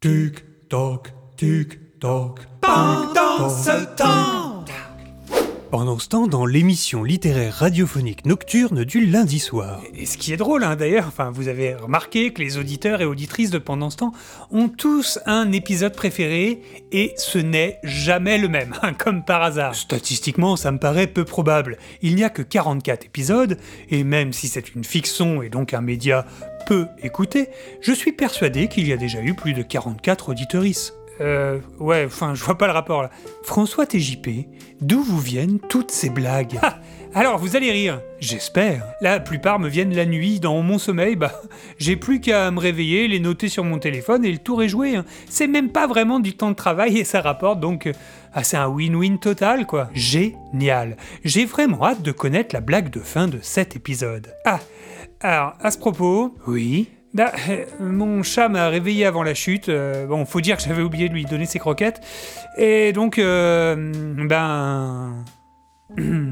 Tic-toc, tic-toc. Pendant ce temps. Pendant ce temps, dans l'émission littéraire radiophonique nocturne du lundi soir. Et ce qui est drôle, d'ailleurs, vous avez remarqué que les auditeurs et auditrices de Pendant ce temps ont tous un épisode préféré, et ce n'est jamais le même, comme par hasard. Statistiquement, ça me paraît peu probable. Il n'y a que 44 épisodes, et même si c'est une fiction et donc un média peu écouté, je suis persuadé qu'il y a déjà eu plus de 44 auditrices. Je vois pas le rapport là. François TJP, d'où vous viennent toutes ces blagues ? Alors vous allez rire, j'espère. La plupart me viennent la nuit, dans mon sommeil, j'ai plus qu'à me réveiller, les noter sur mon téléphone et le tour est joué. C'est même pas vraiment du temps de travail et ça rapporte donc... c'est un win-win total quoi. Génial. J'ai vraiment hâte de connaître la blague de fin de cet épisode. Alors, à ce propos... Oui ? Mon chat m'a réveillé avant la chute, faut dire que j'avais oublié de lui donner ses croquettes, et donc,